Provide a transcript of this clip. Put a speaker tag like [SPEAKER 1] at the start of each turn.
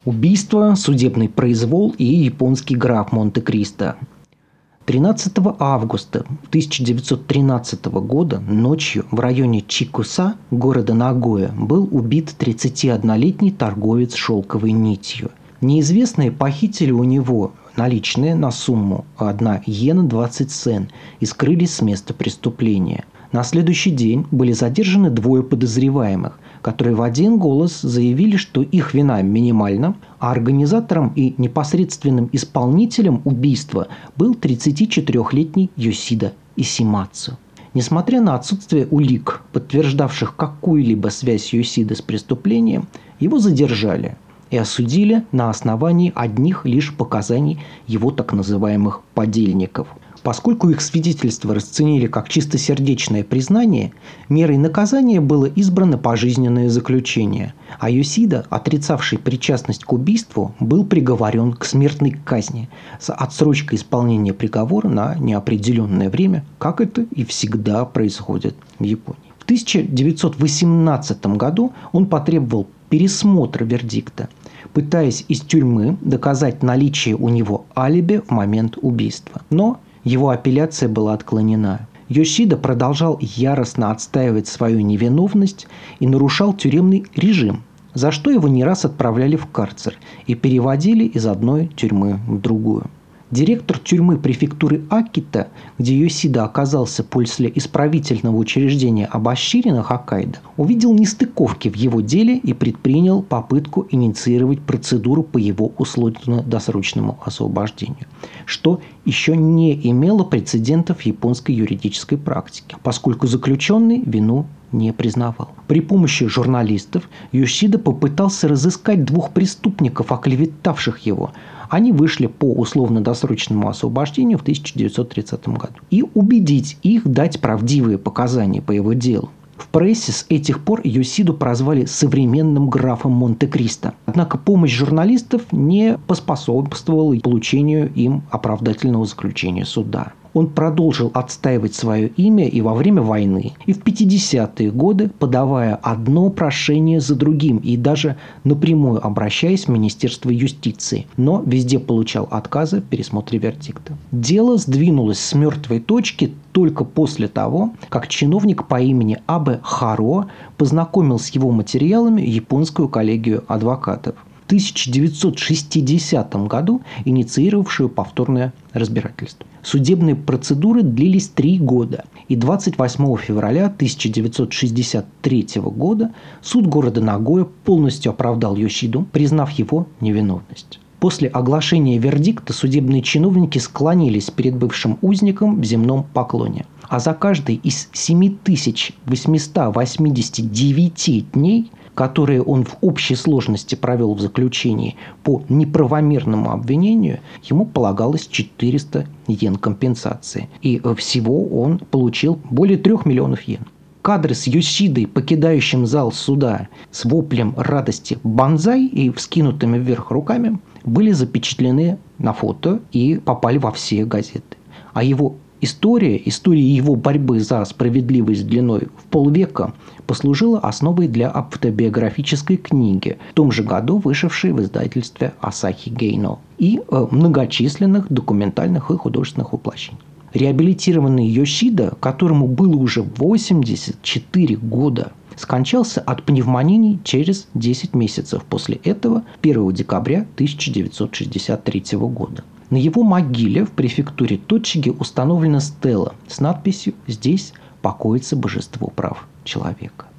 [SPEAKER 1] Убийство, судебный произвол и японский граф Монте-Кристо. 13 августа 1913 года ночью в районе Чикуса, города Нагоя, был убит 31-летний торговец шелковой нитью. Неизвестные похитили у него наличные на сумму 1 иена 20 сен и скрылись с места преступления. На следующий день были задержаны двое подозреваемых, которые в один голос заявили, что их вина минимальна, а организатором и непосредственным исполнителем убийства был 34-летний Йосида Исимацу. Несмотря на отсутствие улик, подтверждавших какую-либо связь Йосиды с преступлением, его задержали и осудили на основании одних лишь показаний его так называемых подельников. Поскольку их свидетельства расценили как чистосердечное признание, мерой наказания было избрано пожизненное заключение, а Йосида, отрицавший причастность к убийству, был приговорен к смертной казни с отсрочкой исполнения приговора на неопределенное время, как это и всегда происходит в Японии. В 1918 году он потребовал пересмотра вердикта, пытаясь из тюрьмы доказать наличие у него алиби в момент убийства. Но его апелляция была отклонена. Йосида продолжал яростно отстаивать свою невиновность и нарушал тюремный режим, за что его не раз отправляли в карцер и переводили из одной тюрьмы в другую. Директор тюрьмы префектуры Акита, где Йосида оказался после исправительного учреждения Абашири на Хоккайдо, увидел нестыковки в его деле и предпринял попытку инициировать процедуру по его условно-досрочному освобождению, что еще не имело прецедентов в японской юридической практике, поскольку заключенный вину не признавал. При помощи журналистов Йосида попытался разыскать двух преступников, оклеветавших его. Они вышли по условно-досрочному освобождению в 1930 году. И убедить их дать правдивые показания по его делу. В прессе с этих пор Йосиду прозвали современным графом Монте-Кристо. Однако помощь журналистов не поспособствовала получению им оправдательного заключения суда. Он продолжил отстаивать свое имя и во время войны, и в 50-е годы, подавая одно прошение за другим и даже напрямую обращаясь в Министерство юстиции, но везде получал отказы в пересмотре вердикта. Дело сдвинулось с мертвой точки только после того, как чиновник по имени Абе Харо познакомил с его материалами японскую коллегию адвокатов. В 1960 году инициировавшую повторное разбирательство. Судебные процедуры длились 3 года, и 28 февраля 1963 года суд города Нагоя полностью оправдал Йосиду, признав его невиновность. После оглашения вердикта судебные чиновники склонились перед бывшим узником в земном поклоне. А за каждый из 7889 дней, которые он в общей сложности провел в заключении по неправомерному обвинению, ему полагалось 400 йен компенсации. И всего он получил более 3 миллионов йен. Кадры с Йосидой, покидающим зал суда с воплем радости «Бонзай» и вскинутыми вверх руками, были запечатлены на фото и попали во все газеты. А его история его борьбы за справедливость длиной в полвека послужила основой для автобиографической книги, в том же году вышедшей в издательстве Асахи Гейно, и многочисленных документальных и художественных воплощений. Реабилитированный Йосида, которому было уже 84 года, скончался от пневмонии через 10 месяцев после этого, 1 декабря 1963 года. На его могиле в префектуре Точиги установлена стела с надписью «Здесь покоится божество прав человека».